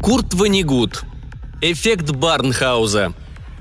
Курт Воннегут. Эффект Барнхауза.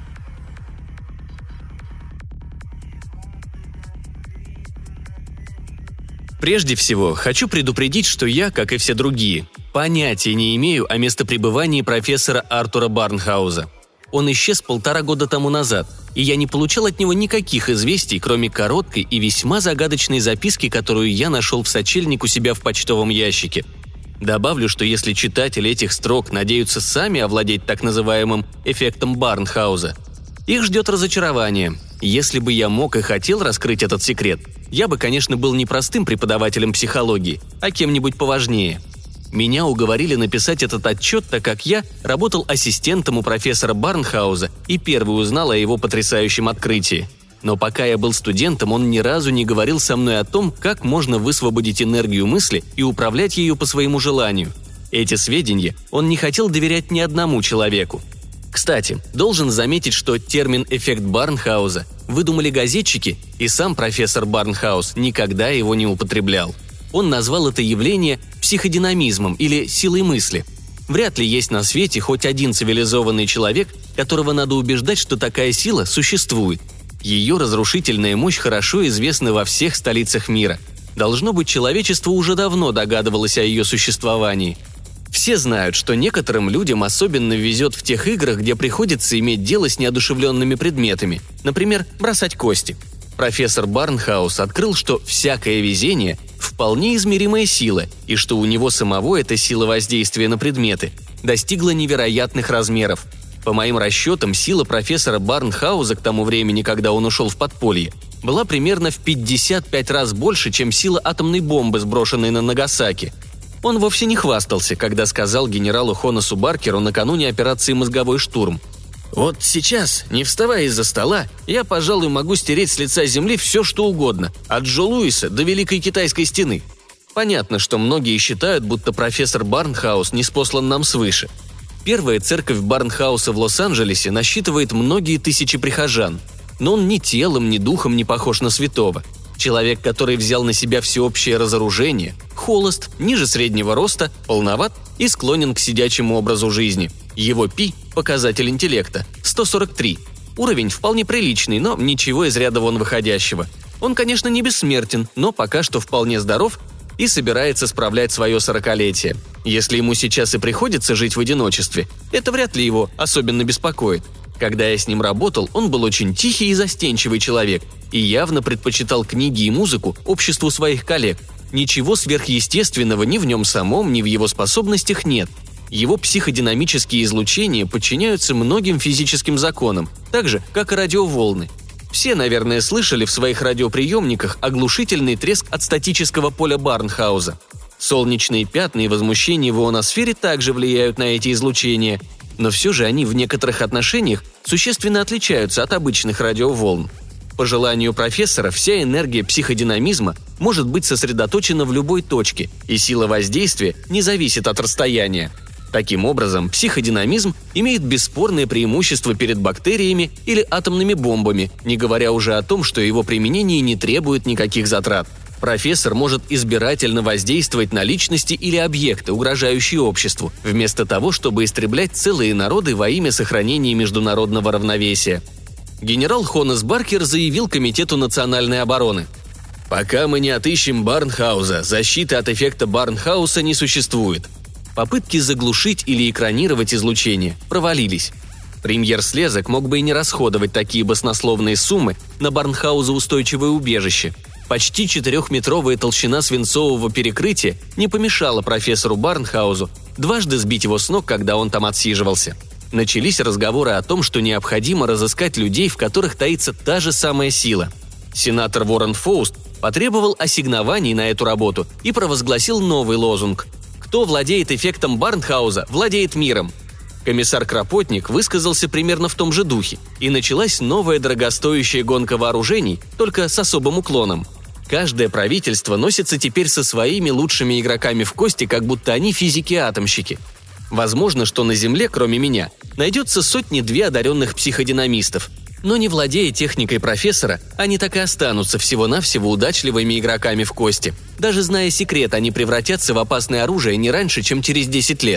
Прежде всего, хочу предупредить, что я, как и все другие, понятия не имею о местопребывании профессора Артура Барнхауза. Он исчез 1,5 года тому назад, и я не получал от него никаких известий, кроме короткой и весьма загадочной записки, которую я нашел в сочельник у себя в почтовом ящике. Добавлю, что если читатели этих строк надеются сами овладеть так называемым эффектом Барнхауза, их ждет разочарование. Если бы я мог и хотел раскрыть этот секрет, я бы, конечно, был не простым преподавателем психологии, а кем-нибудь поважнее. Меня уговорили написать этот отчет, так как я работал ассистентом у профессора Барнхауза и первый узнал о его потрясающем открытии. Но пока я был студентом, он ни разу не говорил со мной о том, как можно высвободить энергию мысли и управлять ею по своему желанию. Эти сведения он не хотел доверять ни одному человеку. Кстати, должен заметить, что термин «эффект Барнхауза» выдумали газетчики, и сам профессор Барнхаус никогда его не употреблял. Он назвал это явление психодинамизмом или силой мысли. Вряд ли есть на свете хоть один цивилизованный человек, которого надо убеждать, что такая сила существует. Ее разрушительная мощь хорошо известна во всех столицах мира. Должно быть, человечество уже давно догадывалось о ее существовании. Все знают, что некоторым людям особенно везет в тех играх, где приходится иметь дело с неодушевленными предметами, например, бросать кости. Профессор Барнхаус открыл, что всякое везение – вполне измеримая сила, и что у него самого эта сила воздействия на предметы достигла невероятных размеров. По моим расчетам, сила профессора Барнхауза к тому времени, когда он ушел в подполье, была примерно в 55 раз больше, чем сила атомной бомбы, сброшенной на Нагасаки. Он вовсе не хвастался, когда сказал генералу Хонасу Баркеру накануне операции «Мозговой штурм». «Вот сейчас, не вставая из-за стола, я, пожалуй, могу стереть с лица земли все, что угодно, от Джо Луиса до Великой Китайской стены». Понятно, что многие считают, будто профессор Барнхаус ниспослан нам свыше. Первая церковь Барнхауса в Лос-Анджелесе насчитывает многие тысячи прихожан, но он ни телом, ни духом не похож на святого. Человек, который взял на себя всеобщее разоружение, холост, ниже среднего роста, полноват и склонен к сидячему образу жизни. Его пи – показатель интеллекта – 143. Уровень вполне приличный, но ничего из ряда вон выходящего. Он, конечно, не бессмертен, но пока что вполне здоров и собирается справлять свое 40-летие. Если ему сейчас и приходится жить в одиночестве, это вряд ли его особенно беспокоит. Когда я с ним работал, он был очень тихий и застенчивый человек и явно предпочитал книги и музыку обществу своих коллег. Ничего сверхъестественного ни в нем самом, ни в его способностях нет. Его психодинамические излучения подчиняются многим физическим законам, так же, как и радиоволны. Все, наверное, слышали в своих радиоприемниках оглушительный треск от статического поля Барнхауза. Солнечные пятна и возмущение в ионосфере также влияют на эти излучения, но все же они в некоторых отношениях существенно отличаются от обычных радиоволн. По желанию профессора, вся энергия психодинамизма может быть сосредоточена в любой точке, и сила воздействия не зависит от расстояния. Таким образом, психодинамизм имеет бесспорное преимущество перед бактериями или атомными бомбами, не говоря уже о том, что его применение не требует никаких затрат. Профессор может избирательно воздействовать на личности или объекты, угрожающие обществу, вместо того, чтобы истреблять целые народы во имя сохранения международного равновесия. Генерал Хонас Баркер заявил Комитету национальной обороны: «Пока мы не отыщем Барнхауза, защиты от эффекта Барнхауса не существует». Попытки заглушить или экранировать излучение провалились. Премьер Слезак мог бы и не расходовать такие баснословные суммы на Барнхауза-устойчивое убежище. Почти 4-метровая толщина свинцового перекрытия не помешала профессору Барнхаузу дважды сбить его с ног, когда он там отсиживался. Начались разговоры о том, что необходимо разыскать людей, в которых таится та же самая сила. Сенатор Уоррен Фоуст потребовал ассигнований на эту работу и провозгласил новый лозунг: «Кто владеет эффектом Барнхауза, владеет миром». Комиссар Кропотник высказался примерно в том же духе, и началась новая дорогостоящая гонка вооружений, только с особым уклоном. Каждое правительство носится теперь со своими лучшими игроками в кости, как будто они физики-атомщики. Возможно, что на Земле, кроме меня, найдется 100-2 одаренных психодинамистов. Но не владея техникой профессора, они так и останутся всего-навсего удачливыми игроками в кости. Даже зная секрет, они превратятся в опасное оружие не раньше, чем через 10 лет.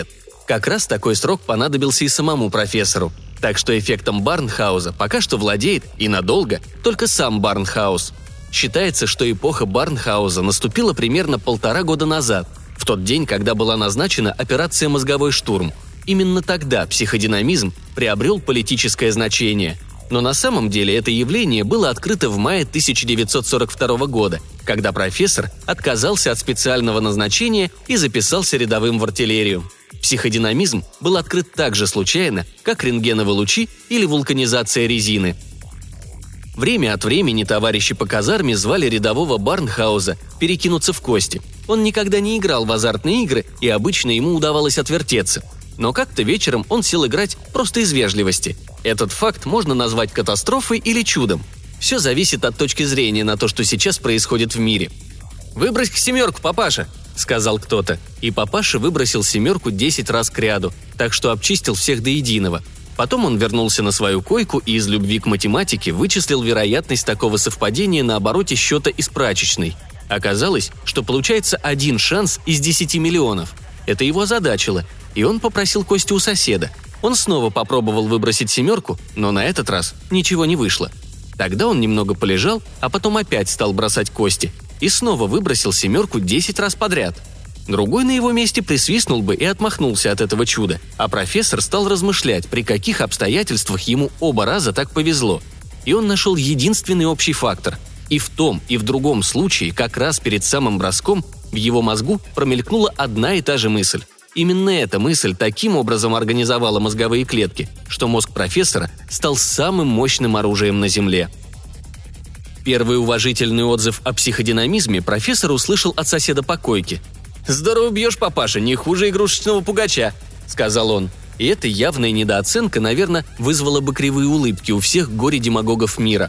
Как раз такой срок понадобился и самому профессору. Так что эффектом Барнхауза пока что владеет и надолго только сам Барнхаус. Считается, что эпоха Барнхауза наступила примерно 1,5 года назад, в тот день, когда была назначена операция «Мозговой штурм». Именно тогда психодинамизм приобрел политическое значение. Но на самом деле это явление было открыто в мае 1942 года, когда профессор отказался от специального назначения и записался рядовым в артиллерию. Психодинамизм был открыт так же случайно, как рентгеновые лучи или вулканизация резины. Время от времени товарищи по казарме звали рядового Барнхауза перекинуться в кости. Он никогда не играл в азартные игры, и обычно ему удавалось отвертеться. Но как-то вечером он сел играть просто из вежливости. Этот факт можно назвать катастрофой или чудом. Все зависит от точки зрения на то, что сейчас происходит в мире. «Выбрось-ка 7, папаша», — сказал кто-то. И папаша выбросил 7 10 раз кряду, так что обчистил всех до единого. Потом он вернулся на свою койку и из любви к математике вычислил вероятность такого совпадения на обороте счета из прачечной. Оказалось, что получается 1 шанс из 10 миллионов. Это его озадачило, и он попросил кости у соседа. Он снова попробовал выбросить 7, но на этот раз ничего не вышло. Тогда он немного полежал, а потом опять стал бросать кости. И снова выбросил 7 10 раз подряд. Другой на его месте присвистнул бы и отмахнулся от этого чуда, а профессор стал размышлять, при каких обстоятельствах ему оба раза так повезло. И он нашел единственный общий фактор. И в том, и в другом случае, как раз перед самым броском, в его мозгу промелькнула одна и та же мысль. Именно эта мысль таким образом организовала мозговые клетки, что мозг профессора стал самым мощным оружием на Земле. Первый уважительный отзыв о психодинамизме профессор услышал от соседа по койке. «Здорово бьешь, папаша, не хуже игрушечного пугача», — сказал он. И эта явная недооценка, наверное, вызвала бы кривые улыбки у всех горе-демагогов мира.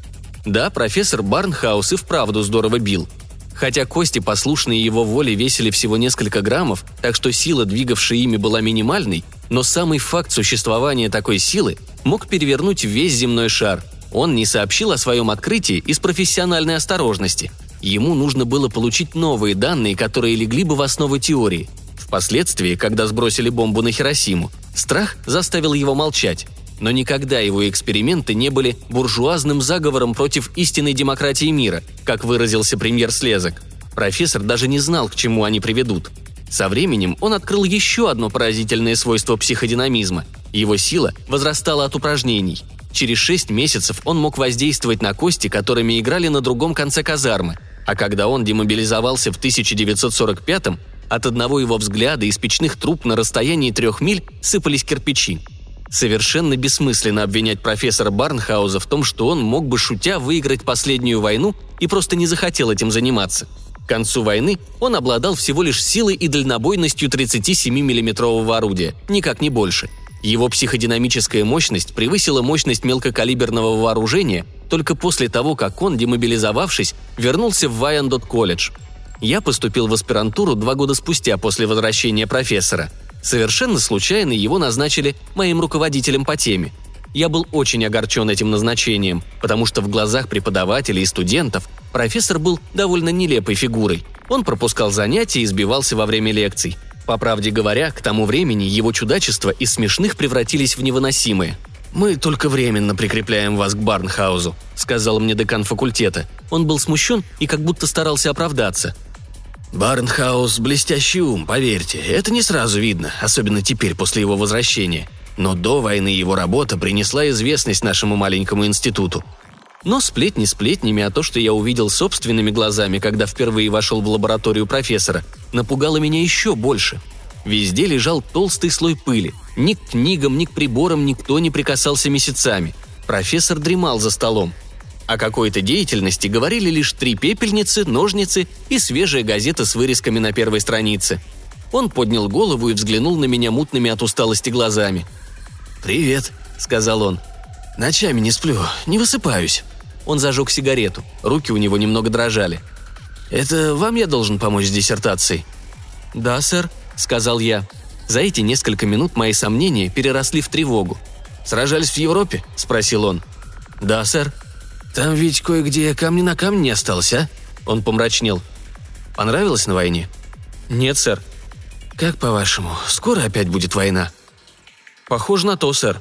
Да, профессор Барнхаус и вправду здорово бил. Хотя кости, послушные его воле, весили всего несколько граммов, так что сила, двигавшая ими, была минимальной, но самый факт существования такой силы мог перевернуть весь земной шар. Он не сообщил о своем открытии из профессиональной осторожности. Ему нужно было получить новые данные, которые легли бы в основу теории. Впоследствии, когда сбросили бомбу на Хиросиму, страх заставил его молчать. Но никогда его эксперименты не были буржуазным заговором против истинной демократии мира, как выразился премьер Слезок. Профессор даже не знал, к чему они приведут. Со временем он открыл еще одно поразительное свойство психодинамизма. Его сила возрастала от упражнений. Через 6 месяцев он мог воздействовать на кости, которыми играли на другом конце казармы. А когда он демобилизовался в 1945-м, от одного его взгляда из печных труб на расстоянии 3 миль сыпались кирпичи. Совершенно бессмысленно обвинять профессора Барнхауза в том, что он мог бы, шутя, выиграть последнюю войну и просто не захотел этим заниматься. К концу войны он обладал всего лишь силой и дальнобойностью 37-миллиметрового орудия, никак не больше. Его психодинамическая мощность превысила мощность мелкокалиберного вооружения только после того, как он, демобилизовавшись, вернулся в Вайандот-колледж. Я поступил в аспирантуру 2 года спустя после возвращения профессора. Совершенно случайно его назначили моим руководителем по теме. Я был очень огорчен этим назначением, потому что в глазах преподавателей и студентов профессор был довольно нелепой фигурой. Он пропускал занятия и сбивался во время лекций. По правде говоря, к тому времени его чудачества из смешных превратились в невыносимые. «Мы только временно прикрепляем вас к Барнхаузу», — сказал мне декан факультета. Он был смущен и как будто старался оправдаться. «Барнхаус – блестящий ум, поверьте, это не сразу видно, особенно теперь после его возвращения. Но до войны его работа принесла известность нашему маленькому институту». Но сплетни сплетнями, а то, что я увидел собственными глазами, когда впервые вошел в лабораторию профессора, напугало меня еще больше. Везде лежал толстый слой пыли. Ни к книгам, ни к приборам никто не прикасался месяцами. Профессор дремал за столом. О какой-то деятельности говорили лишь 3 пепельницы, ножницы и свежая газета с вырезками на первой странице. Он поднял голову и взглянул на меня мутными от усталости глазами. «Привет», — сказал он. «Ночами не сплю, не высыпаюсь». Он зажег сигарету, руки у него немного дрожали. «Это вам я должен помочь с диссертацией?» «Да, сэр», — сказал я. За эти несколько минут мои сомнения переросли в тревогу. «Сражались в Европе?» — спросил он. «Да, сэр». «Там ведь кое-где камни на камне не осталось, а?» Он помрачнел. «Понравилось на войне?» «Нет, сэр». «Как по-вашему, скоро опять будет война?» «Похоже на то, сэр».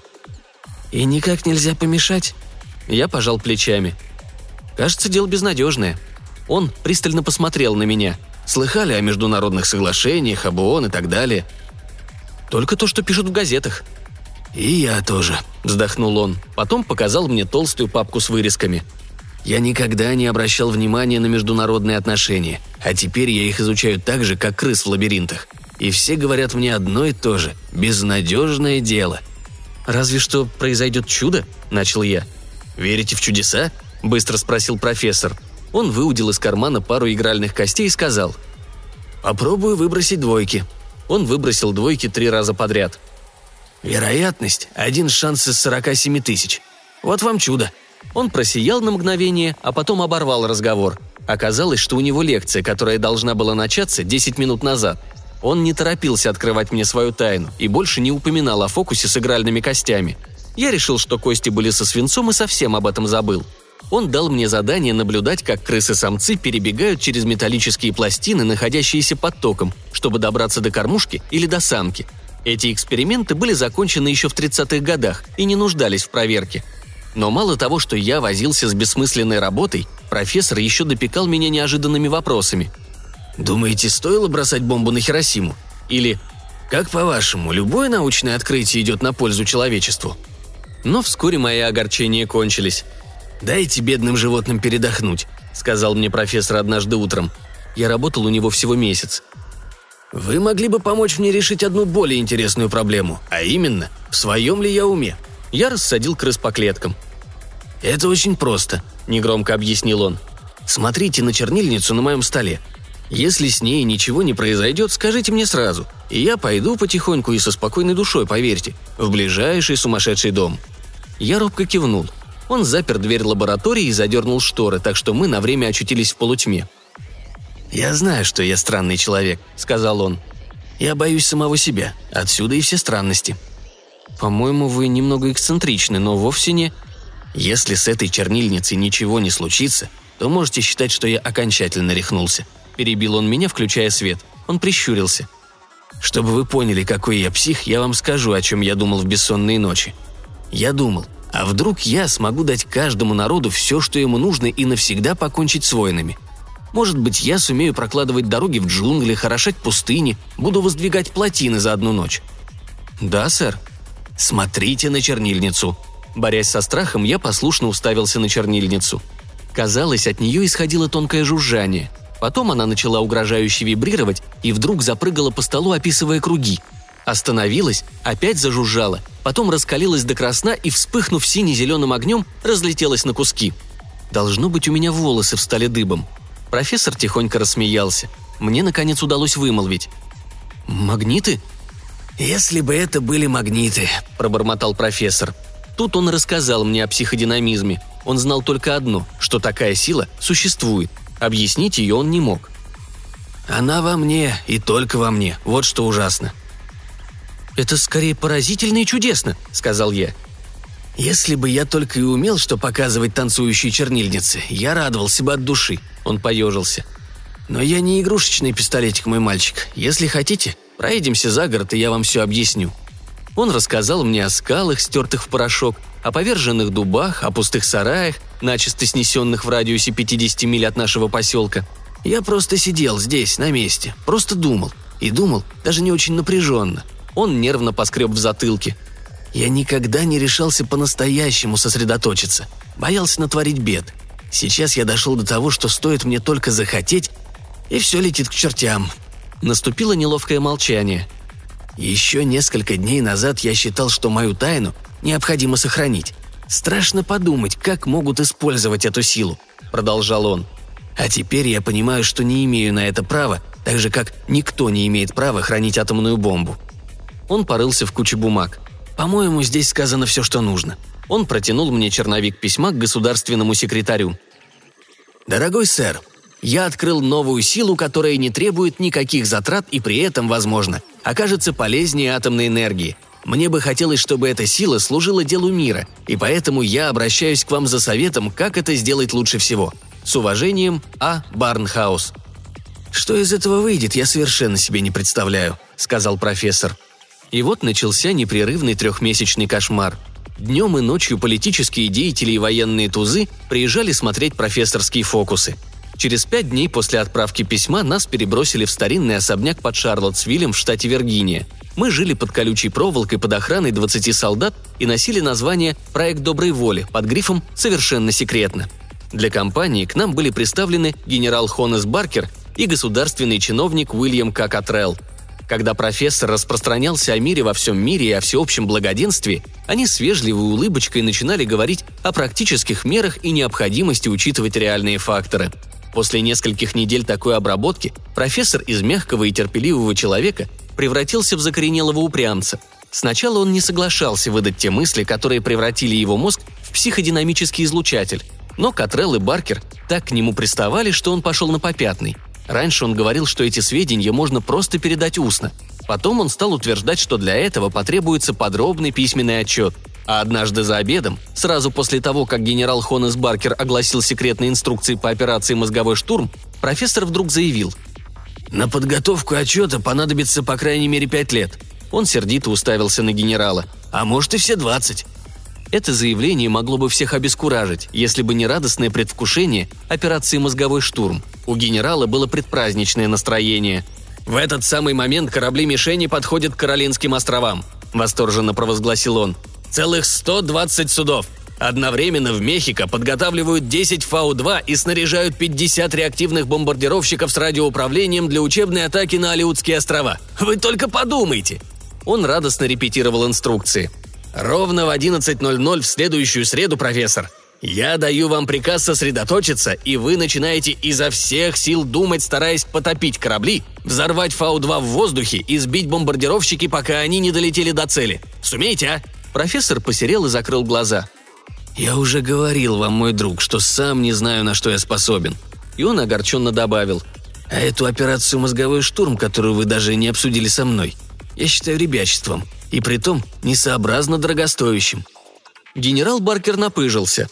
«И никак нельзя помешать?» Я пожал плечами. «Кажется, дело безнадежное». Он пристально посмотрел на меня. «Слыхали о международных соглашениях, об ООН и так далее?» «Только то, что пишут в газетах». «И я тоже», – вздохнул он. Потом показал мне толстую папку с вырезками. «Я никогда не обращал внимания на международные отношения, а теперь я их изучаю так же, как крыс в лабиринтах. И все говорят мне одно и то же – безнадежное дело». «Разве что произойдет чудо?» – начал я. «Верите в чудеса?» – быстро спросил профессор. Он выудил из кармана пару игральных костей и сказал: «Попробую выбросить двойки». Он выбросил двойки 3 раза подряд. «Вероятность – 1 шанс из 47 тысяч. Вот вам чудо». Он просиял на мгновение, а потом оборвал разговор. Оказалось, что у него лекция, которая должна была начаться 10 минут назад. Он не торопился открывать мне свою тайну и больше не упоминал о фокусе с игральными костями. Я решил, что кости были со свинцом, и совсем об этом забыл. Он дал мне задание наблюдать, как крысы-самцы перебегают через металлические пластины, находящиеся под током, чтобы добраться до кормушки или до самки. Эти эксперименты были закончены еще в 30-х годах и не нуждались в проверке. Но мало того, что я возился с бессмысленной работой, профессор еще допекал меня неожиданными вопросами. «Думаете, стоило бросать бомбу на Хиросиму? Или, как по-вашему, любое научное открытие идет на пользу человечеству?» Но вскоре мои огорчения кончились. «Дайте бедным животным передохнуть», — сказал мне профессор однажды утром. Я работал у него всего месяц. «Вы могли бы помочь мне решить одну более интересную проблему, а именно, в своем ли я уме?» Я рассадил крыс по клеткам. «Это очень просто», — негромко объяснил он. «Смотрите на чернильницу на моем столе. Если с ней ничего не произойдет, скажите мне сразу, и я пойду потихоньку и со спокойной душой, поверьте, в ближайший сумасшедший дом». Я робко кивнул. Он запер дверь лаборатории и задернул шторы, так что мы на время очутились в полутьме. «Я знаю, что я странный человек», — сказал он. «Я боюсь самого себя. Отсюда и все странности». «По-моему, вы немного эксцентричны, но вовсе не...» «Если с этой чернильницей ничего не случится, то можете считать, что я окончательно рехнулся», — перебил он меня, включая свет. Он прищурился. «Чтобы вы поняли, какой я псих, я вам скажу, о чем я думал в бессонные ночи. Я думал, а вдруг я смогу дать каждому народу все, что ему нужно, и навсегда покончить с войнами? Может быть, я сумею прокладывать дороги в джунглях, орошать пустыни, буду воздвигать плотины за одну ночь». «Да, сэр». «Смотрите на чернильницу». Борясь со страхом, я послушно уставился на чернильницу. Казалось, от нее исходило тонкое жужжание. Потом она начала угрожающе вибрировать и вдруг запрыгала по столу, описывая круги. Остановилась, опять зажужжала, потом раскалилась до красна и, вспыхнув сине-зеленым огнем, разлетелась на куски. Должно быть, у меня волосы встали дыбом. Профессор тихонько рассмеялся. Мне, наконец, удалось вымолвить. «Магниты?» «Если бы это были магниты», – пробормотал профессор. Тут он рассказал мне о психодинамизме. Он знал только одно, что такая сила существует. Объяснить ее он не мог. «Она во мне и только во мне. Вот что ужасно». «Это скорее поразительно и чудесно», – сказал я. «Если бы я только и умел, что показывать танцующие чернильницы, я радовался бы от души», – он поежился. «Но я не игрушечный пистолетик, мой мальчик. Если хотите, проедемся за город, и я вам все объясню». Он рассказал мне о скалах, стертых в порошок, о поверженных дубах, о пустых сараях, начисто снесенных в радиусе 50 миль от нашего поселка. Я просто сидел здесь, на месте, просто думал. И думал, даже не очень напряженно. Он нервно поскреб в затылке. Я никогда не решался по-настоящему сосредоточиться. Боялся натворить бед. Сейчас я дошел до того, что стоит мне только захотеть, и все летит к чертям. Наступило неловкое молчание. Еще несколько дней назад я считал, что мою тайну необходимо сохранить. Страшно подумать, как могут использовать эту силу, продолжал он. А теперь я понимаю, что не имею на это права, так же, как никто не имеет права хранить атомную бомбу. Он порылся в куче бумаг. По-моему, здесь сказано все, что нужно. Он протянул мне черновик письма к государственному секретарю. «Дорогой сэр, я открыл новую силу, которая не требует никаких затрат и при этом, возможно, окажется полезнее атомной энергии. Мне бы хотелось, чтобы эта сила служила делу мира, и поэтому я обращаюсь к вам за советом, как это сделать лучше всего. С уважением, А. Барнхаус». «Что из этого выйдет, я совершенно себе не представляю», — сказал профессор. И вот начался непрерывный 3-месячный кошмар. Днем и ночью политические деятели и военные тузы приезжали смотреть профессорские фокусы. Через 5 дней после отправки письма нас перебросили в старинный особняк под Шарлоттсвиллем в штате Виргиния. Мы жили под колючей проволокой под охраной 20 солдат и носили название «Проект доброй воли» под грифом «Совершенно секретно». Для компании к нам были представлены генерал Хонес Баркер и государственный чиновник Уильям К. Котрелл. Когда профессор распространялся о мире во всем мире и о всеобщем благоденствии, они с вежливой улыбочкой начинали говорить о практических мерах и необходимости учитывать реальные факторы. После нескольких недель такой обработки профессор из мягкого и терпеливого человека превратился в закоренелого упрямца. Сначала он не соглашался выдать те мысли, которые превратили его мозг в психодинамический излучатель, но Котрелл и Баркер так к нему приставали, что он пошел на попятный. Раньше он говорил, что эти сведения можно просто передать устно. Потом он стал утверждать, что для этого потребуется подробный письменный отчет. А однажды за обедом, сразу после того, как генерал Хонес Баркер огласил секретные инструкции по операции «Мозговой штурм», профессор вдруг заявил: «На подготовку отчета понадобится по крайней мере 5 лет». Он сердито уставился на генерала. «А может и все 20». Это заявление могло бы всех обескуражить, если бы не радостное предвкушение операции «Мозговой штурм». У генерала было предпраздничное настроение. «В этот самый момент корабли-мишени подходят к Каролинским островам», – восторженно провозгласил он. «Целых 120 судов. Одновременно в Мехико подготавливают 10 Фау-2 и снаряжают 50 реактивных бомбардировщиков с радиоуправлением для учебной атаки на Алеутские острова. Вы только подумайте!» Он радостно репетировал инструкции. «Ровно в 11:00 в следующую среду, профессор. Я даю вам приказ сосредоточиться, и вы начинаете изо всех сил думать, стараясь потопить корабли, взорвать Фау-2 в воздухе и сбить бомбардировщики, пока они не долетели до цели. Сумеете, а?» Профессор посерел и закрыл глаза. «Я уже говорил вам, мой друг, что сам не знаю, на что я способен». И он огорченно добавил: «А эту операцию «Мозговой штурм», которую вы даже не обсудили со мной, я считаю ребячеством, и притом несообразно дорогостоящим». Генерал Баркер напыжился.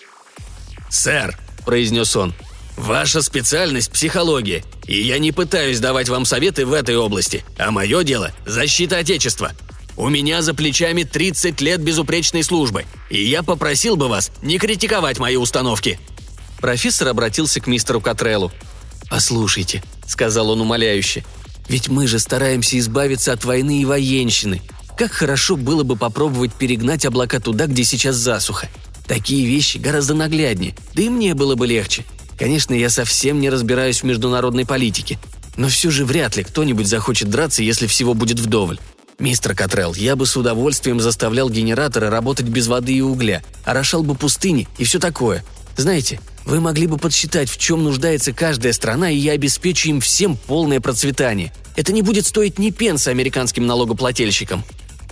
«Сэр», – произнес он, – «ваша специальность – психология, и я не пытаюсь давать вам советы в этой области, а мое дело – защита Отечества. У меня за плечами 30 лет безупречной службы, и я попросил бы вас не критиковать мои установки». Профессор обратился к мистеру Котреллу. «Послушайте», – сказал он умоляюще, – «ведь мы же стараемся избавиться от войны и военщины. Как хорошо было бы попробовать перегнать облака туда, где сейчас засуха. Такие вещи гораздо нагляднее, да и мне было бы легче. Конечно, я совсем не разбираюсь в международной политике, но все же вряд ли кто-нибудь захочет драться, если всего будет вдоволь. Мистер Котрелл, я бы с удовольствием заставлял генераторы работать без воды и угля, орошал бы пустыни и все такое. Знаете, вы могли бы подсчитать, в чем нуждается каждая страна, и я обеспечу им всем полное процветание. Это не будет стоить ни пенса американским налогоплательщикам».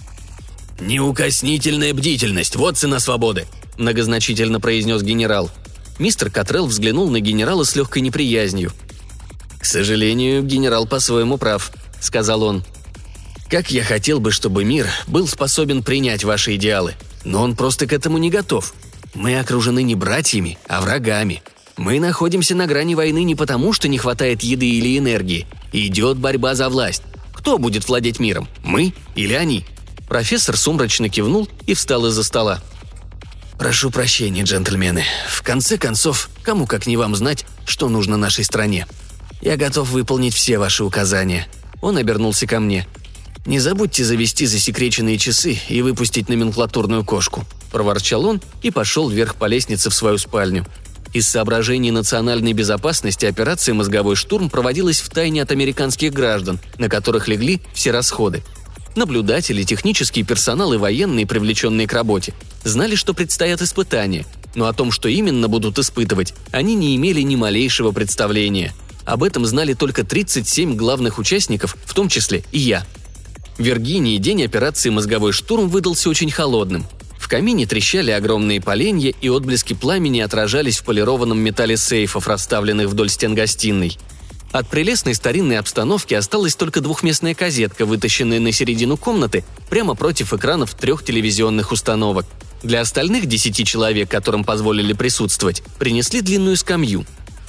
«Неукоснительная бдительность – вот цена свободы», – многозначительно произнес генерал. Мистер Котрелл взглянул на генерала с легкой неприязнью. «К сожалению, генерал по-своему прав», – сказал он. «Как я хотел бы, чтобы мир был способен принять ваши идеалы, но он просто к этому не готов. Мы окружены не братьями, а врагами. Мы находимся на грани войны не потому, что не хватает еды или энергии. Идет борьба за власть. Кто будет владеть миром, мы или они?» Профессор сумрачно кивнул и встал из-за стола. «Прошу прощения, джентльмены. В конце концов, кому как не вам знать, что нужно нашей стране. Я готов выполнить все ваши указания». Он обернулся ко мне. «Не забудьте завести засекреченные часы и выпустить номенклатурную кошку», – проворчал он и пошел вверх по лестнице в свою спальню. Из соображений национальной безопасности операция «Мозговой штурм» проводилась втайне от американских граждан, на которых легли все расходы. Наблюдатели, технический персонал и военные, привлеченные к работе, знали, что предстоят испытания, но о том, что именно будут испытывать, они не имели ни малейшего представления. Об этом знали только 37 главных участников, в том числе и я. В Виргинии день операции «Мозговой штурм» выдался очень холодным. В камине трещали огромные поленья, и отблески пламени отражались в полированном металле сейфов, расставленных вдоль стен гостиной. От прелестной старинной обстановки осталась только двухместная козетка, вытащенная на середину комнаты прямо против экранов 3 телевизионных установок. Для остальных 10 человек, которым позволили присутствовать, принесли длинную скамью.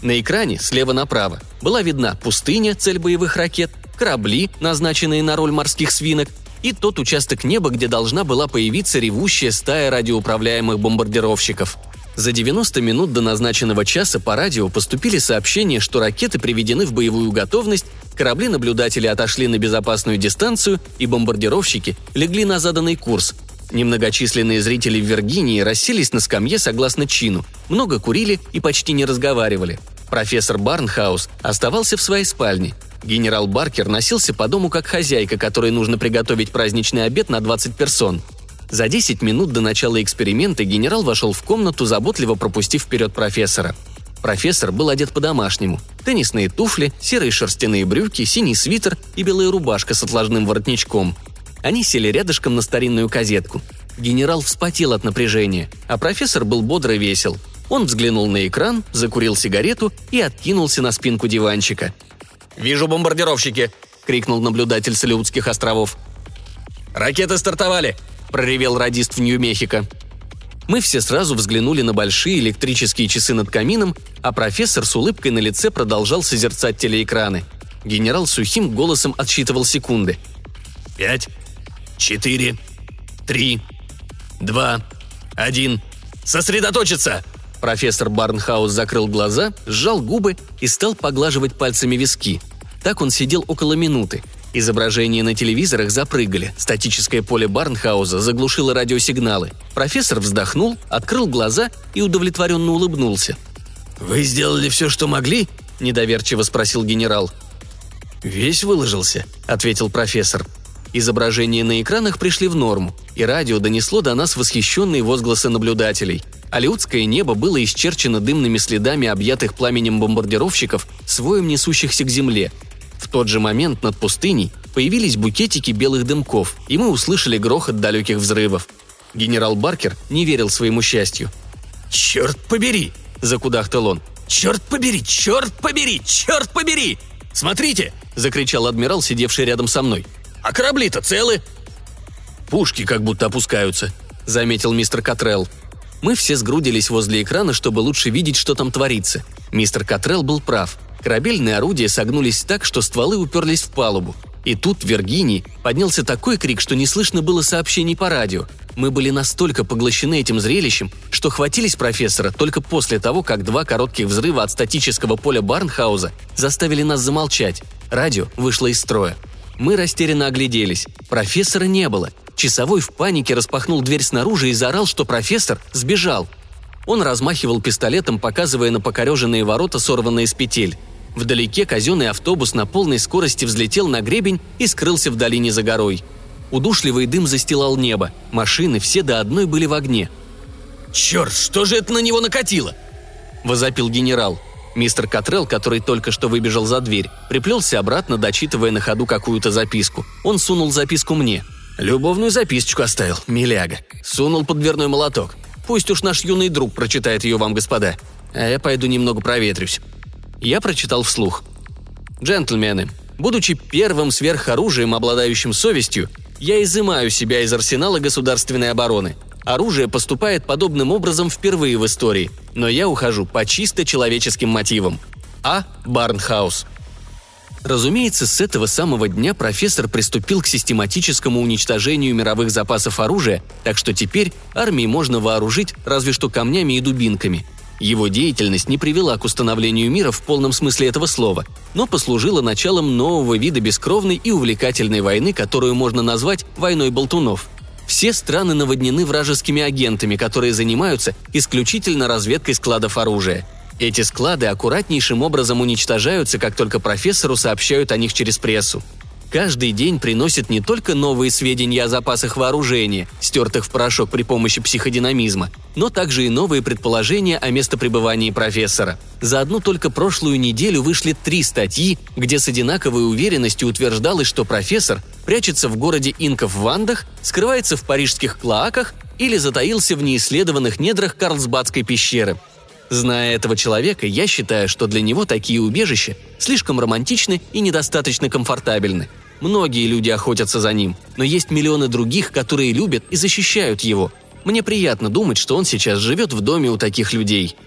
На экране, слева направо, была видна пустыня, цель боевых ракет, корабли, назначенные на роль морских свинок, и тот участок неба, где должна была появиться ревущая стая радиоуправляемых бомбардировщиков. За 90 минут до назначенного часа по радио поступили сообщения, что ракеты приведены в боевую готовность, корабли-наблюдатели отошли на безопасную дистанцию и бомбардировщики легли на заданный курс. Немногочисленные зрители в Виргинии расселись на скамье согласно чину, много курили и почти не разговаривали. Профессор Барнхаус оставался в своей спальне. Генерал Баркер носился по дому как хозяйка, которой нужно приготовить праздничный обед на 20 персон. За 10 минут до начала эксперимента генерал вошел в комнату, заботливо пропустив вперед профессора. Профессор был одет по-домашнему. Теннисные туфли, серые шерстяные брюки, синий свитер и белая рубашка с отложным воротничком. Они сели рядышком на старинную козетку. Генерал вспотел от напряжения, а профессор был бодр и весел. Он взглянул на экран, закурил сигарету и откинулся на спинку диванчика. «Вижу бомбардировщики!» – крикнул наблюдатель с Алеутских островов. «Ракеты стартовали!» – проревел радист в Нью-Мехико. Мы все сразу взглянули на большие электрические часы над камином, а профессор с улыбкой на лице продолжал созерцать телеэкраны. Генерал сухим голосом отсчитывал секунды. 5, 4, 3, 2, 1. Сосредоточиться! Профессор Барнхаус закрыл глаза, сжал губы и стал поглаживать пальцами виски. Так он сидел около минуты. Изображения на телевизорах запрыгали, статическое поле Барнхауза заглушило радиосигналы. Профессор вздохнул, открыл глаза и удовлетворенно улыбнулся. «Вы сделали все, что могли?» – недоверчиво спросил генерал. «Весь выложился», – ответил профессор. Изображения на экранах пришли в норму, и радио донесло до нас восхищенные возгласы наблюдателей. Алеутское небо было исчерчено дымными следами объятых пламенем бомбардировщиков с воем несущихся к земле. В тот же момент над пустыней появились букетики белых дымков, и мы услышали грохот далеких взрывов. Генерал Баркер не верил своему счастью. «Черт побери!» – закудахтал он. «Черт побери! Черт побери! Черт побери! Смотрите!» – закричал адмирал, сидевший рядом со мной. «А корабли-то целы?» «Пушки как будто опускаются», – заметил мистер Котрелл. Мы все сгрудились возле экрана, чтобы лучше видеть, что там творится. Мистер Котрелл был прав. Корабельные орудия согнулись так, что стволы уперлись в палубу. И тут в Виргинии поднялся такой крик, что не слышно было сообщений по радио. Мы были настолько поглощены этим зрелищем, что хватились профессора только после того, как 2 коротких взрыва от статического поля Барнхауза заставили нас замолчать. Радио вышло из строя. Мы растерянно огляделись. Профессора не было. Часовой в панике распахнул дверь снаружи и заорал, что профессор сбежал. Он размахивал пистолетом, показывая на покореженные ворота, сорванные с петель. Вдалеке казенный автобус на полной скорости взлетел на гребень и скрылся в долине за горой. Удушливый дым застилал небо. Машины все до одной были в огне. «Черт, что же это на него накатило?» – возопил генерал. Мистер Котрелл, который только что выбежал за дверь, приплелся обратно, дочитывая на ходу какую-то записку. Он сунул записку мне. «Любовную записочку оставил, миляга. Сунул под дверной молоток. Пусть уж наш юный друг прочитает ее вам, господа. А я пойду немного проветрюсь». Я прочитал вслух. «Джентльмены, будучи первым сверхоружием, обладающим совестью, я изымаю себя из арсенала государственной обороны. Оружие поступает подобным образом впервые в истории, но я ухожу по чисто человеческим мотивам. А. Барнхаус». Разумеется, с этого самого дня профессор приступил к систематическому уничтожению мировых запасов оружия, так что теперь армии можно вооружить разве что камнями и дубинками. Его деятельность не привела к установлению мира в полном смысле этого слова, но послужила началом нового вида бескровной и увлекательной войны, которую можно назвать «войной болтунов». Все страны наводнены вражескими агентами, которые занимаются исключительно разведкой складов оружия. Эти склады аккуратнейшим образом уничтожаются, как только профессору сообщают о них через прессу. Каждый день приносит не только новые сведения о запасах вооружения, стертых в порошок при помощи психодинамизма, но также и новые предположения о местопребывании профессора. За одну только прошлую неделю вышли 3 статьи, где с одинаковой уверенностью утверждалось, что профессор прячется в городе инков в Андах, скрывается в парижских клоаках или затаился в неисследованных недрах Карлсбадской пещеры. Зная этого человека, я считаю, что для него такие убежища слишком романтичны и недостаточно комфортабельны. Многие люди охотятся за ним, но есть миллионы других, которые любят и защищают его. Мне приятно думать, что он сейчас живет в доме у таких людей.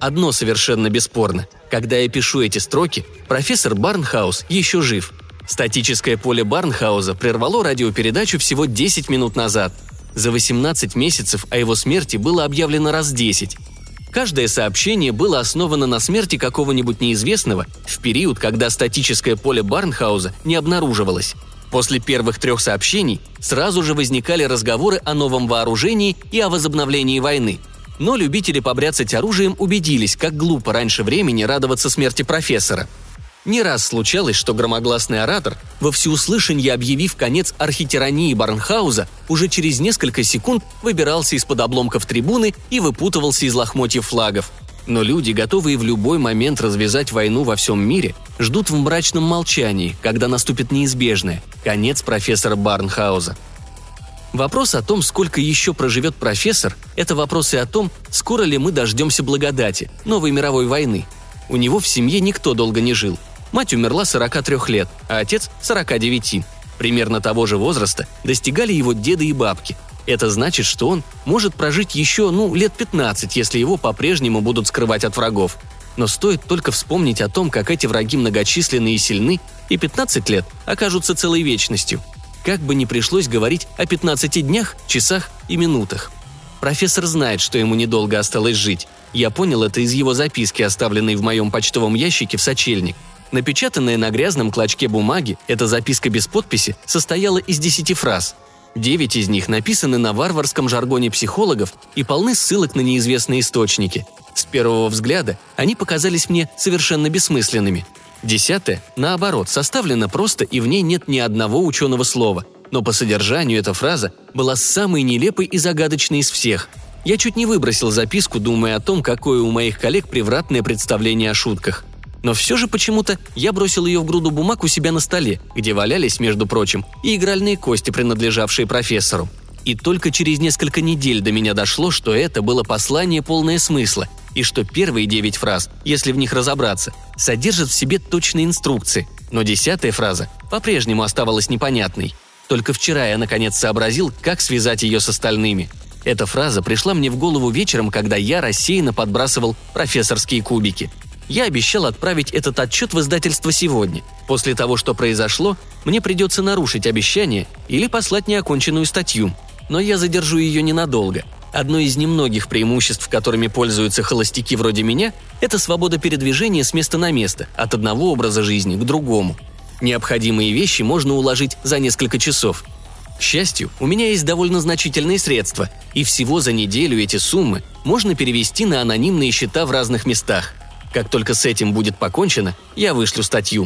Одно совершенно бесспорно. Когда я пишу эти строки, профессор Барнхаус еще жив. Статическое поле Барнхауза прервало радиопередачу всего 10 минут назад. За 18 месяцев о его смерти было объявлено раз 10. Каждое сообщение было основано на смерти какого-нибудь неизвестного в период, когда статическое поле Барнхауза не обнаруживалось. После первых 3 сообщений сразу же возникали разговоры о новом вооружении и о возобновлении войны. Но любители побряцать оружием убедились, как глупо раньше времени радоваться смерти профессора. Не раз случалось, что громогласный оратор, во всеуслышанье объявив конец архитирании Барнхауза, уже через несколько секунд выбирался из-под обломков трибуны и выпутывался из лохмотьев флагов. Но люди, готовые в любой момент развязать войну во всем мире, ждут в мрачном молчании, когда наступит неизбежное – конец профессора Барнхауза. Вопрос о том, сколько еще проживет профессор – это вопрос и о том, скоро ли мы дождемся благодати, новой мировой войны. У него в семье никто долго не жил. Мать умерла 43 лет, а отец – 49. Примерно того же возраста достигали его деды и бабки. Это значит, что он может прожить еще, лет 15, если его по-прежнему будут скрывать от врагов. Но стоит только вспомнить о том, как эти враги многочисленны и сильны, и 15 лет окажутся целой вечностью. Как бы ни пришлось говорить о 15 днях, часах и минутах. Профессор знает, что ему недолго осталось жить. Я понял это из его записки, оставленной в моем почтовом ящике в сочельник. Напечатанная на грязном клочке бумаги, эта записка без подписи состояла из 10 фраз. 9 из них написаны на варварском жаргоне психологов и полны ссылок на неизвестные источники. С первого взгляда они показались мне совершенно бессмысленными. 10-я, наоборот, составлена просто, и в ней нет ни одного ученого слова. Но по содержанию эта фраза была самой нелепой и загадочной из всех. Я чуть не выбросил записку, думая о том, какое у моих коллег превратное представление о шутках. Но все же почему-то я бросил ее в груду бумаг у себя на столе, где валялись, между прочим, и игральные кости, принадлежавшие профессору. И только через несколько недель до меня дошло, что это было послание, полное смысла, и что первые 9 фраз, если в них разобраться, содержат в себе точные инструкции, но 10-я фраза по-прежнему оставалась непонятной. Только вчера я наконец сообразил, как связать ее с остальными. Эта фраза пришла мне в голову вечером, когда я рассеянно подбрасывал профессорские кубики. Я обещал отправить этот отчет в издательство сегодня. После того, что произошло, мне придется нарушить обещание или послать неоконченную статью. Но я задержу ее ненадолго. Одно из немногих преимуществ, которыми пользуются холостяки вроде меня, это свобода передвижения с места на место, от одного образа жизни к другому. Необходимые вещи можно уложить за несколько часов. К счастью, у меня есть довольно значительные средства, и всего за неделю эти суммы можно перевести на анонимные счета в разных местах. Как только с этим будет покончено, я вышлю статью.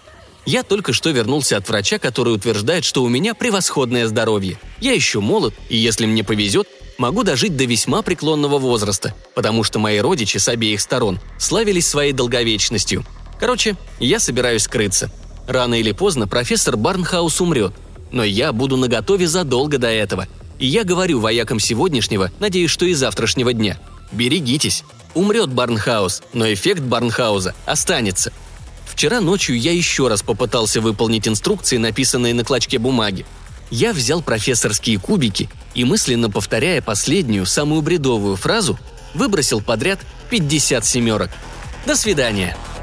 Я только что вернулся от врача, который утверждает, что у меня превосходное здоровье. Я еще молод, и если мне повезет, могу дожить до весьма преклонного возраста, потому что мои родичи с обеих сторон славились своей долговечностью. Короче, я собираюсь скрыться. Рано или поздно профессор Барнхаус умрет, но я буду наготове задолго до этого. И я говорю воякам сегодняшнего, надеюсь, что и завтрашнего дня. Берегитесь. Умрет Барнхаус, но эффект Барнхауза останется. Вчера ночью я еще раз попытался выполнить инструкции, написанные на клочке бумаги. Я взял профессорские кубики и, мысленно повторяя последнюю, самую бредовую фразу, выбросил подряд 50 семерок. До свидания.